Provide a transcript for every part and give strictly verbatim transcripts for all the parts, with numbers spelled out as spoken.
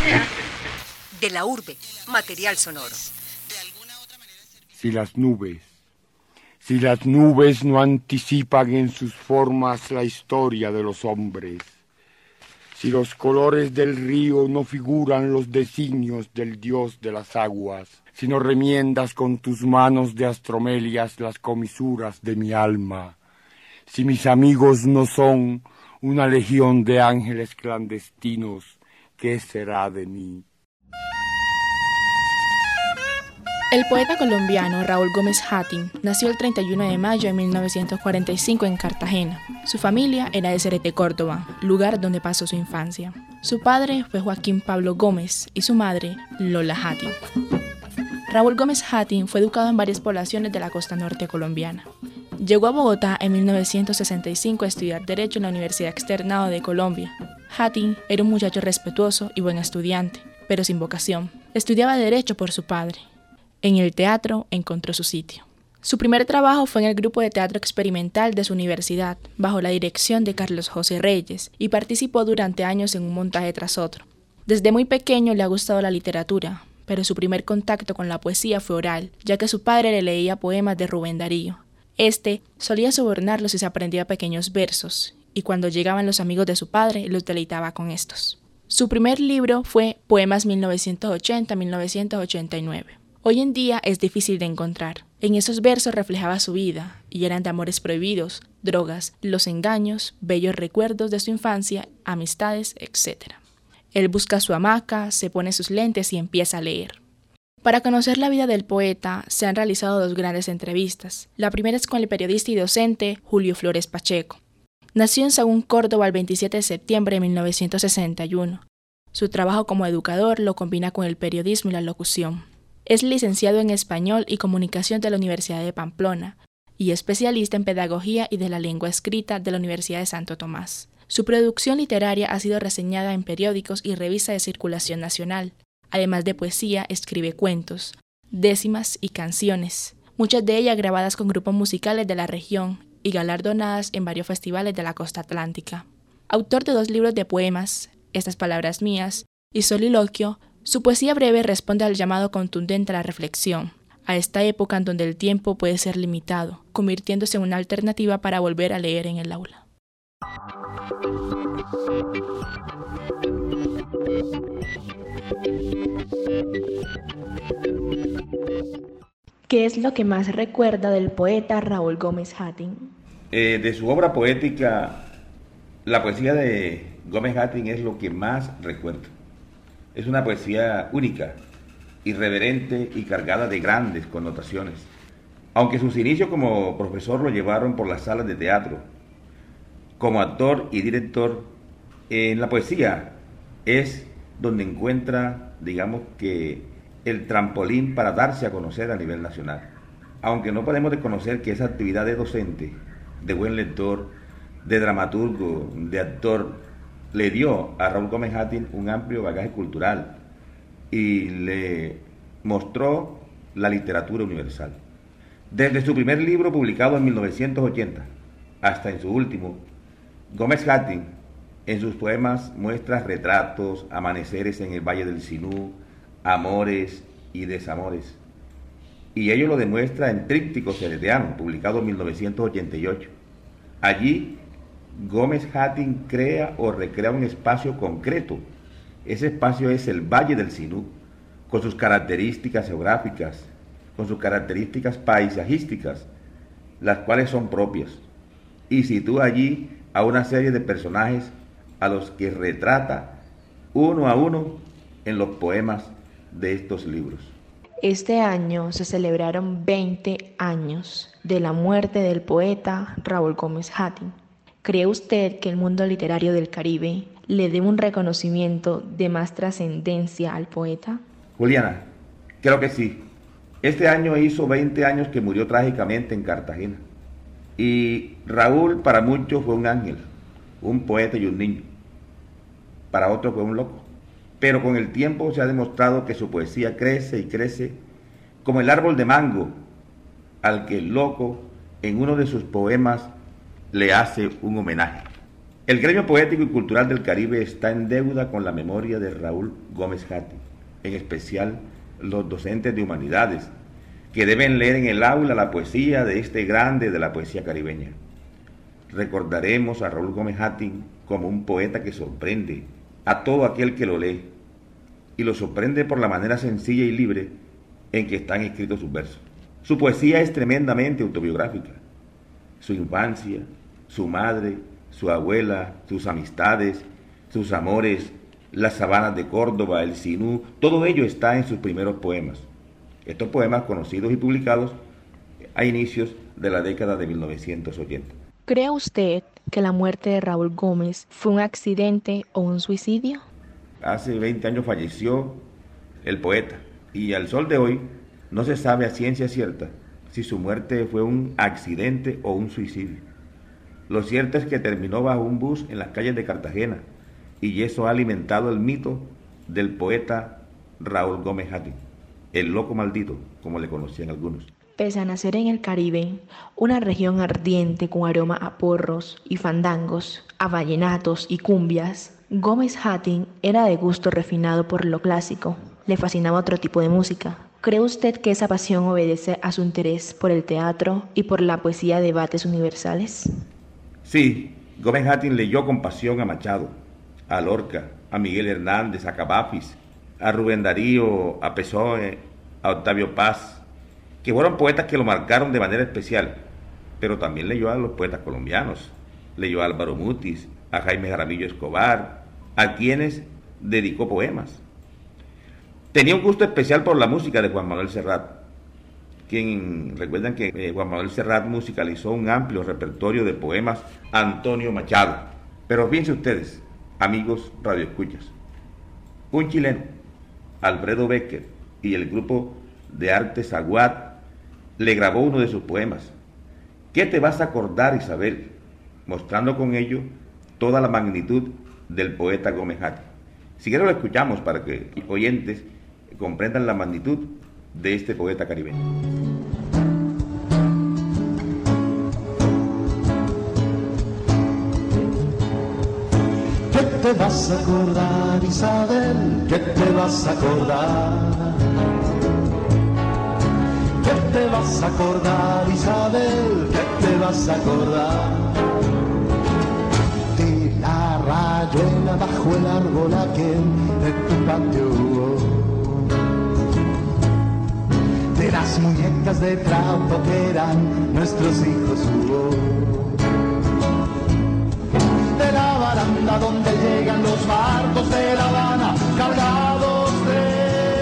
De la urbe, material sonoro. Si las nubes, si las nubes no anticipan en sus formas la historia de los hombres, si los colores del río no figuran los designios del dios de las aguas, si no remiendas con tus manos de astromelias las comisuras de mi alma, si mis amigos no son una legión de ángeles clandestinos, ¿qué será de mí? El poeta colombiano Raúl Gómez Hatín nació el treinta y uno de mayo de mil novecientos cuarenta y cinco en Cartagena. Su familia era de Cerete, Córdoba, lugar donde pasó su infancia. Su padre fue Joaquín Pablo Gómez y su madre, Lola Hatín. Raúl Gómez Hatín fue educado en varias poblaciones de la costa norte colombiana. Llegó a Bogotá en mil novecientos sesenta y cinco a estudiar Derecho en la Universidad Externado de Colombia. Hatín era un muchacho respetuoso y buen estudiante, pero sin vocación. Estudiaba Derecho por su padre. En el teatro encontró su sitio. Su primer trabajo fue en el grupo de teatro experimental de su universidad, bajo la dirección de Carlos José Reyes, y participó durante años en un montaje tras otro. Desde muy pequeño le ha gustado la literatura, pero su primer contacto con la poesía fue oral, ya que su padre le leía poemas de Rubén Darío. Este solía sobornarlos si se aprendía pequeños versos, y cuando llegaban los amigos de su padre, los deleitaba con estos. Su primer libro fue Poemas mil novecientos ochenta a mil novecientos ochenta y nueve. Hoy en día es difícil de encontrar. En esos versos reflejaba su vida, y eran de amores prohibidos, drogas, los engaños, bellos recuerdos de su infancia, amistades, etcétera. Él busca su hamaca, se pone sus lentes y empieza a leer. Para conocer la vida del poeta, se han realizado dos grandes entrevistas. La primera es con el periodista y docente Julio Flores Pacheco. Nació en Sahagún, Córdoba, el veintisiete de septiembre de mil novecientos sesenta y uno. Su trabajo como educador lo combina con el periodismo y la locución. Es licenciado en Español y Comunicación de la Universidad de Pamplona y especialista en Pedagogía y de la Lengua Escrita de la Universidad de Santo Tomás. Su producción literaria ha sido reseñada en periódicos y revistas de circulación nacional. Además de poesía, escribe cuentos, décimas y canciones, muchas de ellas grabadas con grupos musicales de la región y galardonadas en varios festivales de la costa atlántica. Autor de dos libros de poemas, Estas palabras mías y Soliloquio, su poesía breve responde al llamado contundente a la reflexión, a esta época en donde el tiempo puede ser limitado, convirtiéndose en una alternativa para volver a leer en el aula. ¿Qué es lo que más recuerda del poeta Raúl Gómez Hatín? Eh, de su obra poética, la poesía de Gómez Hatín es lo que más recuerdo. Es una poesía única, irreverente y cargada de grandes connotaciones. Aunque sus inicios como profesor lo llevaron por las salas de teatro, como actor y director, en la poesía es donde encuentra, digamos que, el trampolín para darse a conocer a nivel nacional. Aunque no podemos desconocer que esa actividad de docente, de buen lector, de dramaturgo, de actor, le dio a Raúl Gómez Hatín un amplio bagaje cultural y le mostró la literatura universal. Desde su primer libro publicado en mil novecientos ochenta hasta en su último, Gómez Hatín en sus poemas muestra retratos, amaneceres en el Valle del Sinú, amores y desamores. Y ello lo demuestra en Tríptico Cereteano, publicado en mil novecientos ochenta y ocho. Allí Gómez Hatín crea o recrea un espacio concreto. Ese espacio es el Valle del Sinú, con sus características geográficas, con sus características paisajísticas, las cuales son propias, y sitúa allí a una serie de personajes a los que retrata uno a uno en los poemas de estos libros. Este año se celebraron veinte años de la muerte del poeta Raúl Gómez Hatín. ¿Cree usted que el mundo literario del Caribe le dé un reconocimiento de más trascendencia al poeta? Juliana, creo que sí. Este año hizo veinte años que murió trágicamente en Cartagena. Y Raúl para muchos fue un ángel, un poeta y un niño. Para otros fue un loco. Pero con el tiempo se ha demostrado que su poesía crece y crece como el árbol de mango, al que el loco en uno de sus poemas le hace un homenaje. El gremio poético y cultural del Caribe está en deuda con la memoria de Raúl Gómez Hating, en especial los docentes de humanidades, que deben leer en el aula la poesía de este grande de la poesía caribeña. Recordaremos a Raúl Gómez Hating como un poeta que sorprende a todo aquel que lo lee, y lo sorprende por la manera sencilla y libre en que están escritos sus versos. Su poesía es tremendamente autobiográfica. Su infancia, su madre, su abuela, sus amistades, sus amores, las sabanas de Córdoba, el Sinú, todo ello está en sus primeros poemas. Estos poemas conocidos y publicados a inicios de la década de mil novecientos ochenta. ¿Cree usted que la muerte de Raúl Gómez fue un accidente o un suicidio? Hace veinte años falleció el poeta y al sol de hoy no se sabe a ciencia cierta si su muerte fue un accidente o un suicidio. Lo cierto es que terminó bajo un bus en las calles de Cartagena y eso ha alimentado el mito del poeta Raúl Gómez Hating, el loco maldito, como le conocían algunos. Pese a nacer en el Caribe, una región ardiente con aroma a porros y fandangos, a vallenatos y cumbias, Gómez Hating era de gusto refinado por lo clásico. Le fascinaba otro tipo de música. ¿Cree usted que esa pasión obedece a su interés por el teatro y por la poesía de debates universales? Sí, Gómez Hating leyó con pasión a Machado, a Lorca, a Miguel Hernández, a Cavafis, a Rubén Darío, a Pessoa, a Octavio Paz, que fueron poetas que lo marcaron de manera especial, pero también leyó a los poetas colombianos, leyó a Álvaro Mutis, a Jaime Jaramillo Escobar, a quienes dedicó poemas. Tenía un gusto especial por la música de Juan Manuel Serrat, quien, recuerdan que eh, Juan Manuel Serrat musicalizó un amplio repertorio de poemas a Antonio Machado. Pero fíjense ustedes, amigos radioescuchas, un chileno, Alfredo Becker, y el grupo de arte Zaguat le grabó uno de sus poemas, ¿Qué te vas a acordar, Isabel?, mostrando con ello toda la magnitud del poeta Gómez Hating. Si quieren lo escuchamos para que los oyentes comprendan la magnitud de este poeta caribeño. ¿Qué te vas a acordar, Isabel? ¿Qué te vas a acordar? ¿Qué te vas a acordar, Isabel? ¿Qué te vas a acordar? De la rayuela bajo el árbol aquel de tu patio hubo, de las muñecas de trapo que eran nuestros hijos hubo, de la baranda donde llegan los barcos de La Habana cargados de...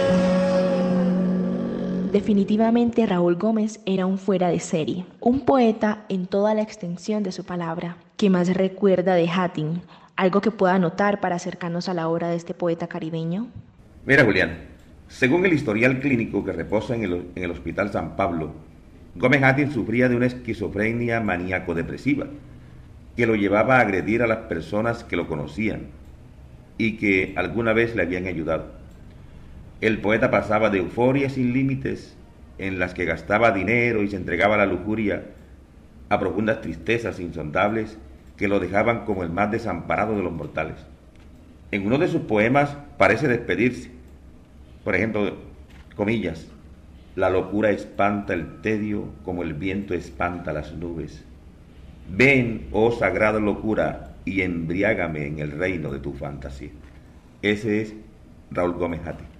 Definitivamente Raúl Gómez era un fuera de serie, un poeta en toda la extensión de su palabra. ¿Qué más recuerda de Hating? ¿Algo que pueda anotar para acercarnos a la obra de este poeta caribeño? Mira, Julián, según el historial clínico que reposa en el, en el Hospital San Pablo, Gómez Hating sufría de una esquizofrenia maníaco-depresiva que lo llevaba a agredir a las personas que lo conocían y que alguna vez le habían ayudado. El poeta pasaba de euforia sin límites, en las que gastaba dinero y se entregaba a la lujuria, a profundas tristezas insondables que lo dejaban como el más desamparado de los mortales. En uno de sus poemas parece despedirse. Por ejemplo, comillas, la locura espanta el tedio como el viento espanta las nubes. Ven, oh sagrada locura, y embriágame en el reino de tu fantasía. Ese es Raúl Gómez Hating.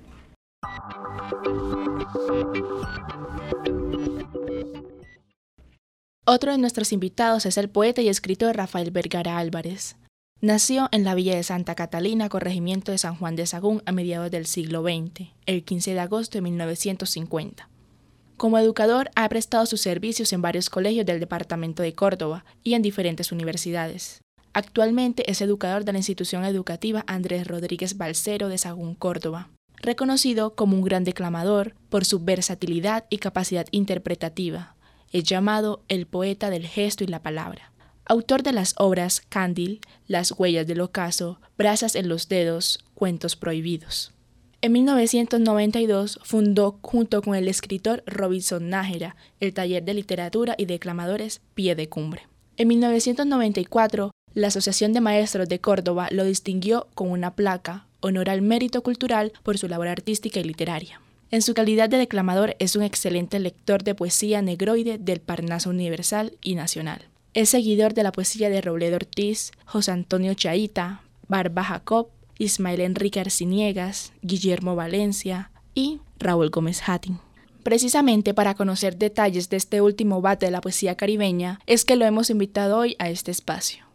Otro de nuestros invitados es el poeta y escritor Rafael Vergara Álvarez. Nació en la villa de Santa Catalina, corregimiento de San Juan de Sagún, a mediados del siglo veinte, el quince de agosto de mil novecientos cincuenta. Como educador, ha prestado sus servicios en varios colegios del departamento de Córdoba y en diferentes universidades. Actualmente es educador de la institución educativa Andrés Rodríguez Balcero de Sagún, Córdoba, reconocido como un gran declamador por su versatilidad y capacidad interpretativa. Es llamado el poeta del gesto y la palabra. Autor de las obras Cándil, Las huellas del ocaso, Brasas en los dedos, Cuentos prohibidos. En mil novecientos noventa y dos fundó junto con el escritor Robinson Nájera el taller de literatura y declamadores Pie de Cumbre. En mil novecientos noventa y cuatro La Asociación de Maestros de Córdoba lo distinguió con una placa, honor al mérito cultural por su labor artística y literaria. En su calidad de declamador es un excelente lector de poesía negroide del Parnaso universal y nacional. Es seguidor de la poesía de Robledo Ortiz, José Antonio Chaita, Barba Jacob, Ismael Enrique Arciniegas, Guillermo Valencia y Raúl Gómez Hatín. Precisamente para conocer detalles de este último bate de la poesía caribeña es que lo hemos invitado hoy a este espacio.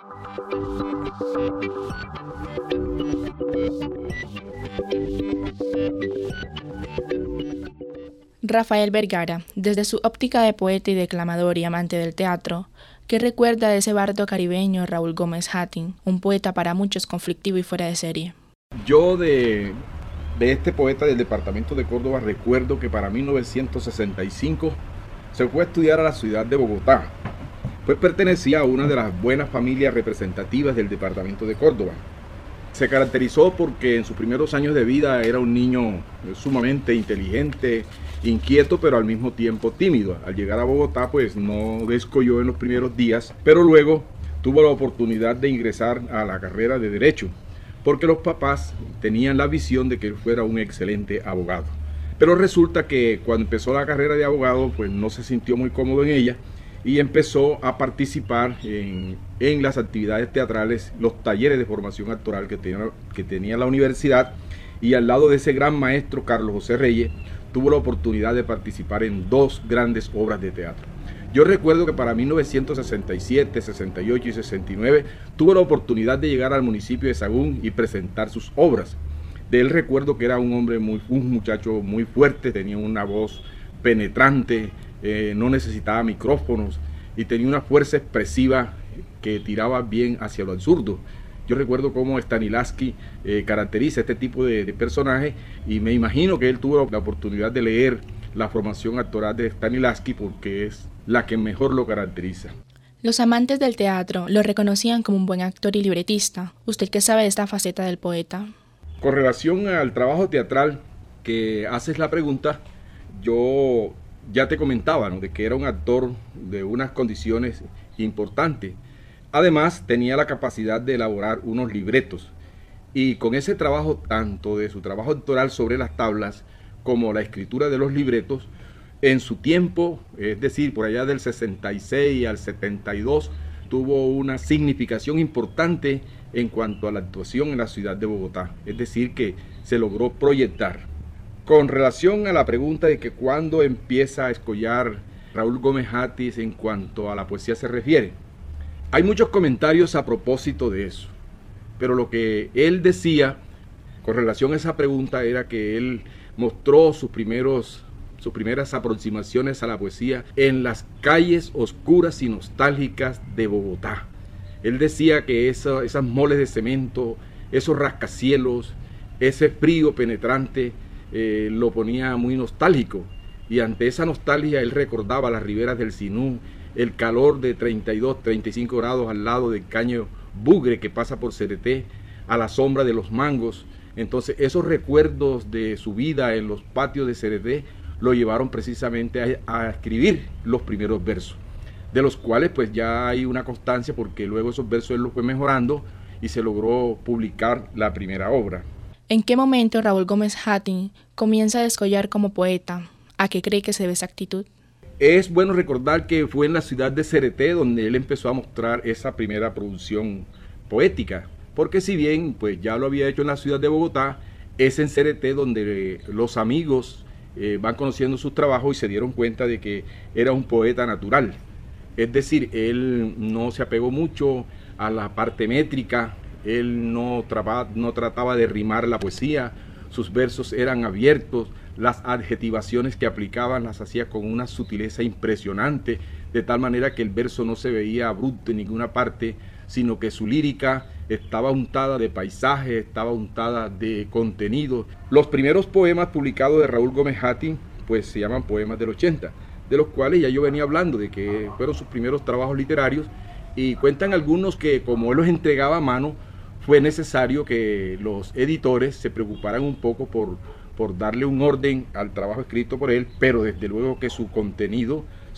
Rafael Vergara, desde su óptica de poeta y declamador y amante del teatro, ¿qué recuerda de ese bardo caribeño Raúl Gómez Hatín, un poeta para muchos conflictivo y fuera de serie? Yo de, de este poeta del departamento de Córdoba recuerdo que para mil novecientos sesenta y cinco se fue a estudiar a la ciudad de Bogotá, pues pertenecía a una de las buenas familias representativas del departamento de Córdoba. Se caracterizó porque en sus primeros años de vida era un niño sumamente inteligente, inquieto, pero al mismo tiempo tímido. Al llegar a Bogotá, pues no descolló en los primeros días, pero luego tuvo la oportunidad de ingresar a la carrera de Derecho, porque los papás tenían la visión de que él fuera un excelente abogado. Pero resulta que cuando empezó la carrera de abogado, pues no se sintió muy cómodo en ella, y empezó a participar en, en las actividades teatrales, los talleres de formación actoral que tenía, que tenía la universidad, y al lado de ese gran maestro Carlos José Reyes, tuvo la oportunidad de participar en dos grandes obras de teatro. Yo recuerdo que para mil novecientos sesenta y siete, sesenta y ocho y sesenta y nueve tuvo la oportunidad de llegar al municipio de Sagún y presentar sus obras. De él recuerdo que era un hombre, muy, un muchacho muy fuerte, tenía una voz penetrante, Eh, no necesitaba micrófonos y tenía una fuerza expresiva que tiraba bien hacia lo absurdo. Yo recuerdo cómo Stanislavski eh, caracteriza este tipo de, de personaje, y me imagino que él tuvo la oportunidad de leer la formación actoral de Stanislavski porque es la que mejor lo caracteriza. Los amantes del teatro lo reconocían como un buen actor y libretista. ¿Usted qué sabe de esta faceta del poeta? Con relación al trabajo teatral que haces la pregunta, yo ya te comentaba, ¿no?, de que era un actor de unas condiciones importantes. Además, tenía la capacidad de elaborar unos libretos, y con ese trabajo, tanto de su trabajo actoral sobre las tablas como la escritura de los libretos, en su tiempo, es decir, por allá del sesenta y seis al setenta y dos, tuvo una significación importante en cuanto a la actuación en la ciudad de Bogotá, es decir, que se logró proyectar. Con relación a la pregunta de que cuándo empieza a escollar Raúl Gómez Hatín en cuanto a la poesía se refiere, hay muchos comentarios a propósito de eso, pero lo que él decía con relación a esa pregunta era que él mostró sus, primeros, sus primeras aproximaciones a la poesía en las calles oscuras y nostálgicas de Bogotá. Él decía que esa, esas moles de cemento, esos rascacielos, ese frío penetrante, Eh, lo ponía muy nostálgico, y ante esa nostalgia él recordaba las riberas del Sinú, el calor de treinta y dos, treinta y cinco grados al lado del caño Bugre que pasa por Cereté, a la sombra de los mangos. Entonces esos recuerdos de su vida en los patios de Cereté lo llevaron precisamente a, a escribir los primeros versos, de los cuales pues ya hay una constancia, porque luego esos versos él los fue mejorando y se logró publicar la primera obra. ¿En qué momento Raúl Gómez Hatín comienza a descollar como poeta? ¿A qué cree que se debe esa actitud? Es bueno recordar que fue en la ciudad de Cereté donde él empezó a mostrar esa primera producción poética, porque si bien pues ya lo había hecho en la ciudad de Bogotá, es en Cereté donde los amigos eh, van conociendo sus trabajos y se dieron cuenta de que era un poeta natural. Es decir, él no se apegó mucho a la parte métrica, él no, traba, no trataba de rimar la poesía, sus versos eran abiertos, las adjetivaciones que aplicaban las hacía con una sutileza impresionante, de tal manera que el verso no se veía abrupto en ninguna parte, sino que su lírica estaba untada de paisaje, estaba untada de contenido. Los primeros poemas publicados de Raúl Gómez Hatín pues se llaman Poemas del ochenta, de los cuales ya yo venía hablando, de que fueron sus primeros trabajos literarios, y cuentan algunos que como él los entregaba a mano, fue necesario que los editores se preocuparan un poco por, por darle un orden al trabajo escrito por él, pero desde luego que su contenido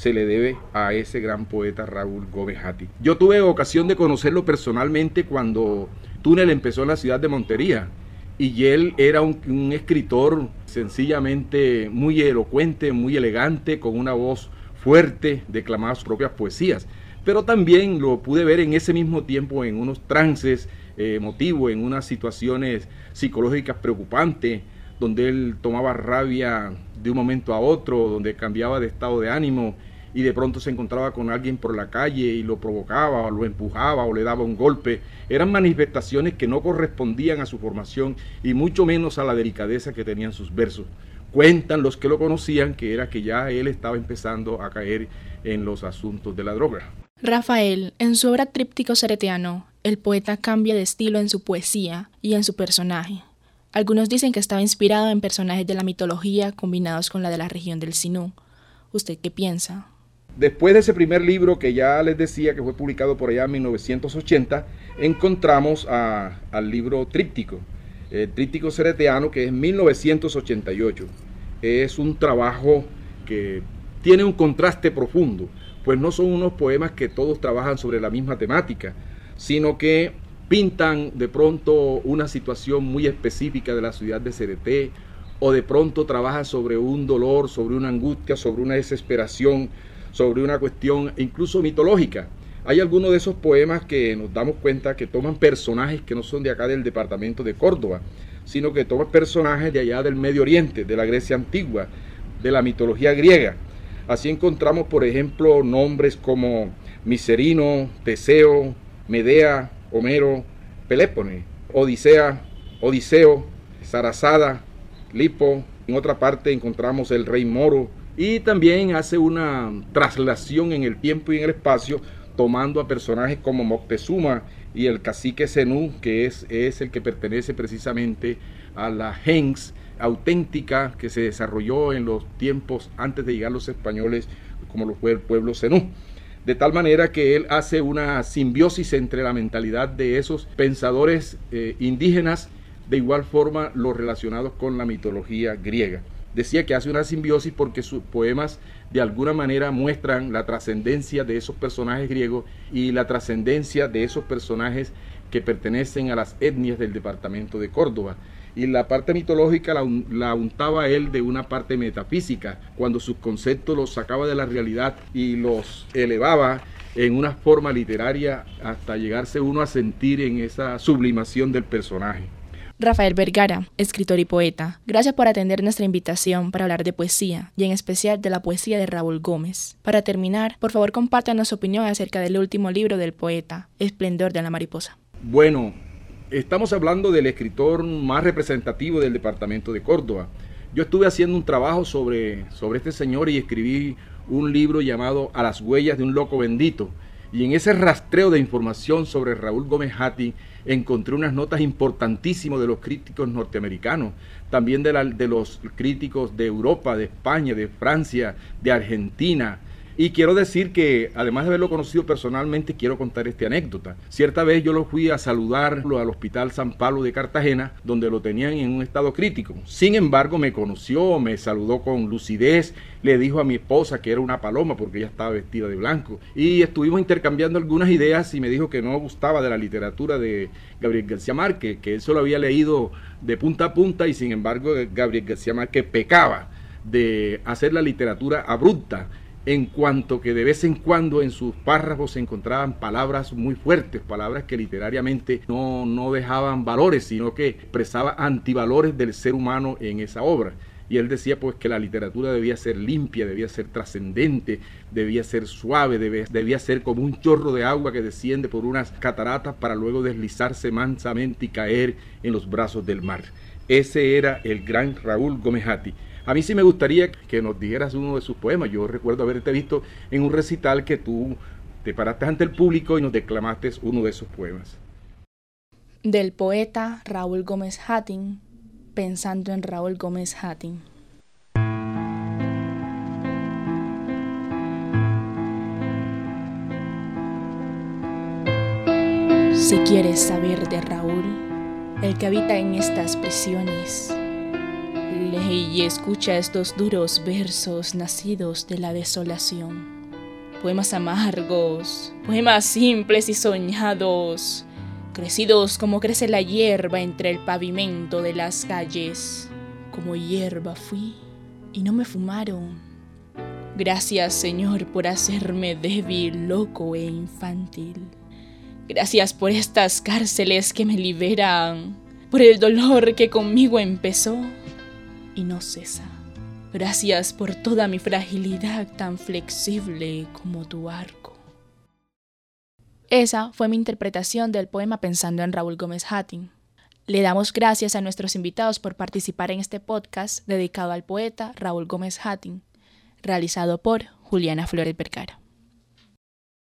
se le debe a ese gran poeta Raúl Gómez Hating. Yo tuve ocasión de conocerlo personalmente cuando Túnel empezó en la ciudad de Montería, y él era un, un escritor sencillamente muy elocuente, muy elegante, con una voz fuerte, declamaba sus propias poesías, pero también lo pude ver en ese mismo tiempo en unos trances eh, emotivos, en unas situaciones psicológicas preocupantes, donde él tomaba rabia de un momento a otro, donde cambiaba de estado de ánimo y de pronto se encontraba con alguien por la calle y lo provocaba, o lo empujaba, o le daba un golpe. Eran manifestaciones que no correspondían a su formación y mucho menos a la delicadeza que tenían sus versos. Cuentan los que lo conocían que era que ya él estaba empezando a caer en los asuntos de la droga. Rafael, en su obra Tríptico Ceretiano, el poeta cambia de estilo en su poesía y en su personaje. Algunos dicen que estaba inspirado en personajes de la mitología combinados con la de la región del Sinú. ¿Usted qué piensa? Después de ese primer libro que ya les decía que fue publicado por allá en mil novecientos ochenta, encontramos a, al libro Tríptico, el Tríptico Ceretiano, que es mil novecientos ochenta y ocho. Es un trabajo que tiene un contraste profundo, pues no son unos poemas que todos trabajan sobre la misma temática, sino que pintan de pronto una situación muy específica de la ciudad de Cereté, o de pronto trabajan sobre un dolor, sobre una angustia, sobre una desesperación, sobre una cuestión incluso mitológica. Hay algunos de esos poemas que nos damos cuenta que toman personajes que no son de acá del departamento de Córdoba, sino que toman personajes de allá del Medio Oriente, de la Grecia antigua, de la mitología griega. Así encontramos, por ejemplo, nombres como Micerino, Teseo, Medea, Homero, Pelépone, Odisea, Odiseo, Sarasada, Lipo. En otra parte encontramos el rey Moro, y también hace una traslación en el tiempo y en el espacio, tomando a personajes como Moctezuma y el cacique Zenú, que es, es el que pertenece precisamente a la gens auténtica que se desarrolló en los tiempos antes de llegar los españoles, como lo fue el pueblo Zenú. De tal manera que él hace una simbiosis entre la mentalidad de esos pensadores eh, indígenas, de igual forma los relacionados con la mitología griega. Decía que hace una simbiosis porque sus poemas de alguna manera muestran la trascendencia de esos personajes griegos y la trascendencia de esos personajes que pertenecen a las etnias del departamento de Córdoba. Y la parte mitológica la, la untaba él de una parte metafísica, cuando sus conceptos los sacaba de la realidad y los elevaba en una forma literaria hasta llegarse uno a sentir en esa sublimación del personaje. Rafael Vergara, escritor y poeta, gracias por atender nuestra invitación para hablar de poesía, y en especial de la poesía de Raúl Gómez. Para terminar, por favor compártanos su opinión acerca del último libro del poeta, Esplendor de la mariposa. Bueno, estamos hablando del escritor más representativo del departamento de Córdoba. Yo estuve haciendo un trabajo sobre, sobre este señor y escribí un libro llamado A las huellas de un loco bendito. Y en ese rastreo de información sobre Raúl Gómez Hating encontré unas notas importantísimas de los críticos norteamericanos, también de, la, de los críticos de Europa, de España, de Francia, de Argentina. Y quiero decir que, además de haberlo conocido personalmente, quiero contar esta anécdota. Cierta vez yo lo fui a saludarlo al Hospital San Pablo de Cartagena, donde lo tenían en un estado crítico. Sin embargo, me conoció, me saludó con lucidez, le dijo a mi esposa que era una paloma porque ella estaba vestida de blanco. Y estuvimos intercambiando algunas ideas y me dijo que no gustaba de la literatura de Gabriel García Márquez, que él solo había leído de punta a punta y sin embargo Gabriel García Márquez pecaba de hacer la literatura abrupta, en cuanto que de vez en cuando en sus párrafos se encontraban palabras muy fuertes, palabras que literariamente no, no dejaban valores, sino que expresaba antivalores del ser humano en esa obra. Y él decía pues que la literatura debía ser limpia, debía ser trascendente, debía ser suave, debía, debía ser como un chorro de agua que desciende por unas cataratas para luego deslizarse mansamente y caer en los brazos del mar. Ese era el gran Raúl Gómez Hating. A mí sí me gustaría que nos dijeras uno de sus poemas. Yo recuerdo haberte visto en un recital que tú te paraste ante el público y nos declamaste uno de esos poemas. Del poeta Raúl Gómez Hating, pensando en Raúl Gómez Hating. Si quieres saber de Raúl, el que habita en estas prisiones, lee y escucha estos duros versos nacidos de la desolación. poemas amargos, poemas simples y soñados, crecidos como crece la hierba entre el pavimento de las calles. Como hierba fui y no me fumaron. Gracias, Señor, por hacerme débil, loco e infantil. Gracias por estas cárceles que me liberan, por el dolor que conmigo empezó y no cesa. Gracias por toda mi fragilidad tan flexible como tu arco. Esa fue mi interpretación del poema Pensando en Raúl Gómez Hatín. Le damos gracias a nuestros invitados por participar en este podcast dedicado al poeta Raúl Gómez Hatín, realizado por Juliana Flores Vergara.